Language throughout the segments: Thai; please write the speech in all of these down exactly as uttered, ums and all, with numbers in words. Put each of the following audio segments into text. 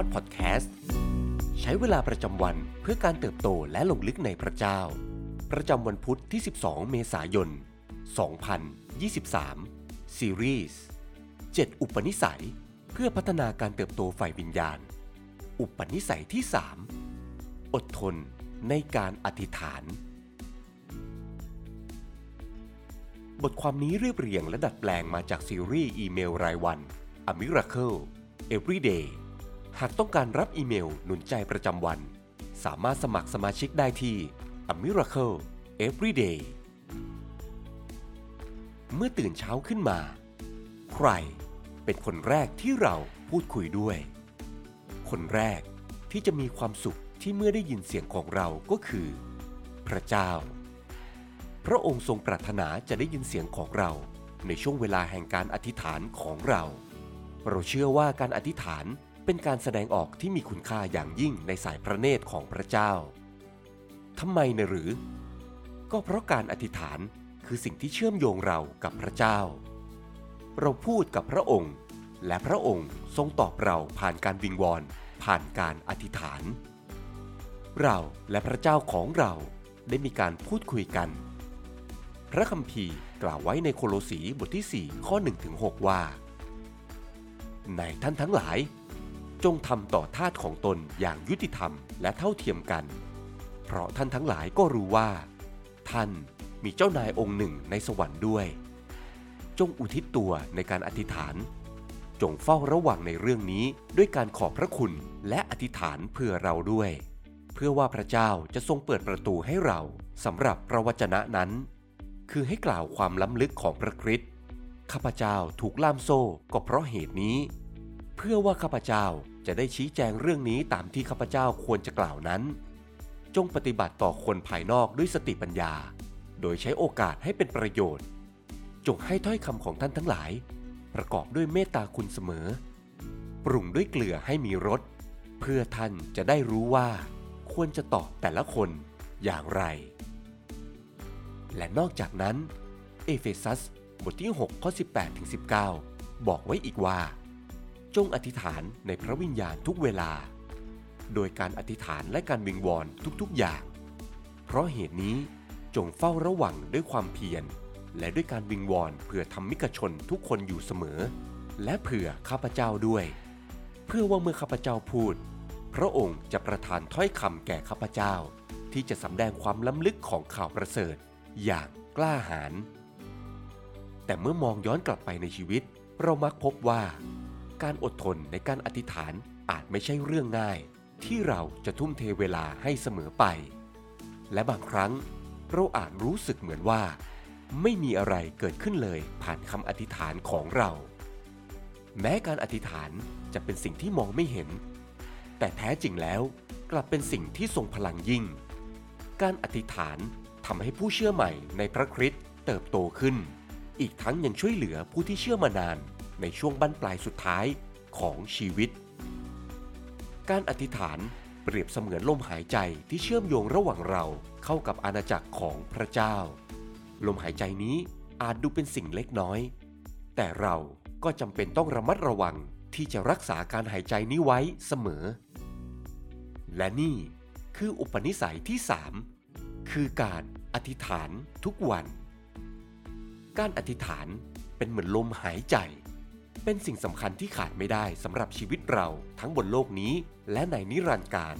Thought Podcast ใช้เวลาประจำวันเพื่อการเติบโตและลงลึกในพระเจ้าประจำวันพุธที่สิบสองเมษายนสองพันยี่สิบสามซีรีส์เจ็ดอุปนิสัยเพื่อพัฒนาการเติบโตฝ่ายวิญญาณอุปนิสัยที่สามอดทนในการอธิษฐานบทความนี้เรียบเรียงและดัดแปลงมาจากซีรีส์อีเมลรายวัน A Miracle Every Day หากต้องการรับอีเมลหนุนใจประจำวันสามารถสมัครสมาชิกได้ที่ A Miracle Every Day เมื่อตื่นเช้าขึ้นมาใครเป็นคนแรกที่เราพูดคุยด้วยคนแรกที่จะมีความสุขที่เมื่อได้ยินเสียงของเราก็คือพระเจ้าพระองค์ทรงปรารถนาจะได้ยินเสียงของเราในช่วงเวลาแห่งการอธิษฐานของเราเราเชื่อว่าการอธิษฐานเป็นการแสดงออกที่มีคุณค่าอย่างยิ่งในสายพระเนตรของพระเจ้าทำไมนะหรือก็เพราะการอธิษฐานคือสิ่งที่เชื่อมโยงเรากับพระเจ้าเราพูดกับพระองค์และพระองค์ทรงตอบเราผ่านการวิงวอนผ่านการอธิษฐานเราและพระเจ้าของเราได้มีการพูดคุยกันพระคัมภีร์กล่าวไว้ในโคโลสีบทที่สี่ข้อ หนึ่งถึงหก ว่าในท่านทั้งหลายจงทำต่อทาสของตนอย่างยุติธรรมและเท่าเทียมกันเพราะท่านทั้งหลายก็รู้ว่าท่านมีเจ้านายองค์หนึ่งในสวรรค์ด้วยจงอุทิศตัวในการอธิษฐานจงเฝ้าระวังในเรื่องนี้ด้วยการขอบพระคุณและอธิษฐานเพื่อเราด้วยเพื่อว่าพระเจ้าจะทรงเปิดประตูให้เราสำหรับพระวจนะนั้นคือให้กล่าวความล้ำลึกของพระคริสต์ข้าพเจ้าถูกล่ามโซ่ก็เพราะเหตุนี้เพื่อว่าข้าพเจ้าจะได้ชี้แจงเรื่องนี้ตามที่ข้าพเจ้าควรจะกล่าวนั้นจงปฏิบัติต่อคนภายนอกด้วยสติปัญญาโดยใช้โอกาสให้เป็นประโยชน์จงให้ถ้อยคำของท่านทั้งหลายประกอบด้วยเมตตาคุณเสมอปรุงด้วยเกลือให้มีรสเพื่อท่านจะได้รู้ว่าควรจะตอบแต่ละคนอย่างไรและนอกจากนั้นเอเฟซัสบทที่หกข้อ สิบแปดถึงสิบเก้า บอกไว้อีกว่าจงอธิษฐานในพระวิญญาณทุกเวลาโดยการอธิษฐานและการวิงวอนทุกๆอย่างเพราะเหตุนี้จงเฝ้าระวังด้วยความเพียรและด้วยการวิงวอนเพื่อธรรมิกชนทุกคนอยู่เสมอและเผื่อข้าพเจ้าด้วยเพื่อว่าเมื่อข้าพเจ้าพูดพระองค์จะประทานถ้อยคำแก่ข้าพเจ้าที่จะสำแดงความล้ำลึกของข่าวประเสริฐอย่างกล้าหาญแต่เมื่อมองย้อนกลับไปในชีวิตเรามักพบว่าการอดทนในการอธิษฐานอาจไม่ใช่เรื่องง่ายที่เราจะทุ่มเทเวลาให้เสมอไปและบางครั้งเราอาจรู้สึกเหมือนว่าไม่มีอะไรเกิดขึ้นเลยผ่านคำอธิษฐานของเราแม้การอธิษฐานจะเป็นสิ่งที่มองไม่เห็นแต่แท้จริงแล้วกลับเป็นสิ่งที่ทรงพลังยิ่งการอธิษฐานทำให้ผู้เชื่อใหม่ในพระคริสต์เติบโตขึ้นอีกทั้งยังช่วยเหลือผู้ที่เชื่อมานานในช่วงบั้นปลายสุดท้ายของชีวิตการอธิษฐานเปรียบเสมือนลมหายใจที่เชื่อมโยงระหว่างเราเข้ากับอาณาจักรของพระเจ้าลมหายใจนี้อาจดูเป็นสิ่งเล็กน้อยแต่เราก็จำเป็นต้องระมัดระวังที่จะรักษาการหายใจนี้ไว้เสมอและนี่คืออุปนิสัยที่สามคือการอธิษฐานทุกวันการอธิษฐานเป็นเหมือนลมหายใจเป็นสิ่งสำคัญที่ขาดไม่ได้สำหรับชีวิตเราทั้งบนโลกนี้และในนิรันดร์กาล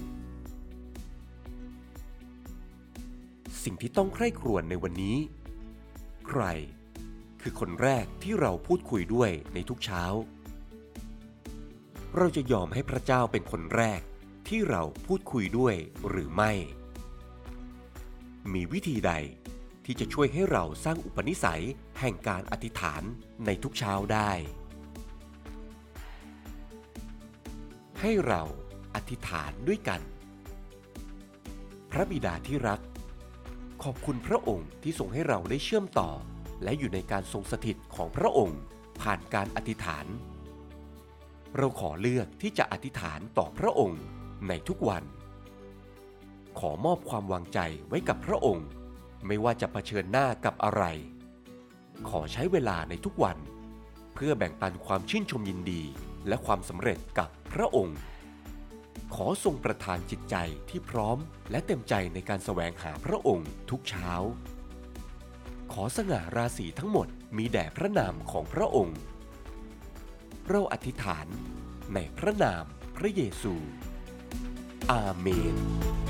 สิ่งที่ต้องใคร่ครวญในวันนี้ใครคือคนแรกที่เราพูดคุยด้วยในทุกเช้าเราจะยอมให้พระเจ้าเป็นคนแรกที่เราพูดคุยด้วยหรือไม่มีวิธีใดที่จะช่วยให้เราสร้างอุปนิสัยแห่งการอธิษฐานในทุกเช้าได้ให้เราอธิษฐานด้วยกันพระบิดาที่รักขอบคุณพระองค์ที่ทรงให้เราได้เชื่อมต่อและอยู่ในการทรงสถิตของพระองค์ผ่านการอธิษฐานเราขอเลือกที่จะอธิษฐานต่อพระองค์ในทุกวันขอมอบความวางใจไว้กับพระองค์ไม่ว่าจะเผชิญหน้ากับอะไรขอใช้เวลาในทุกวันเพื่อแบ่งปันความชื่นชมยินดีและความสำเร็จกับพระองค์ขอทรงประทานจิตใจที่พร้อมและเต็มใจในการแสวงหาพระองค์ทุกเช้าขอสง่าราศีทั้งหมดมีแด่พระนามของพระองค์เราอธิษฐานในพระนามพระเยซูอาเมน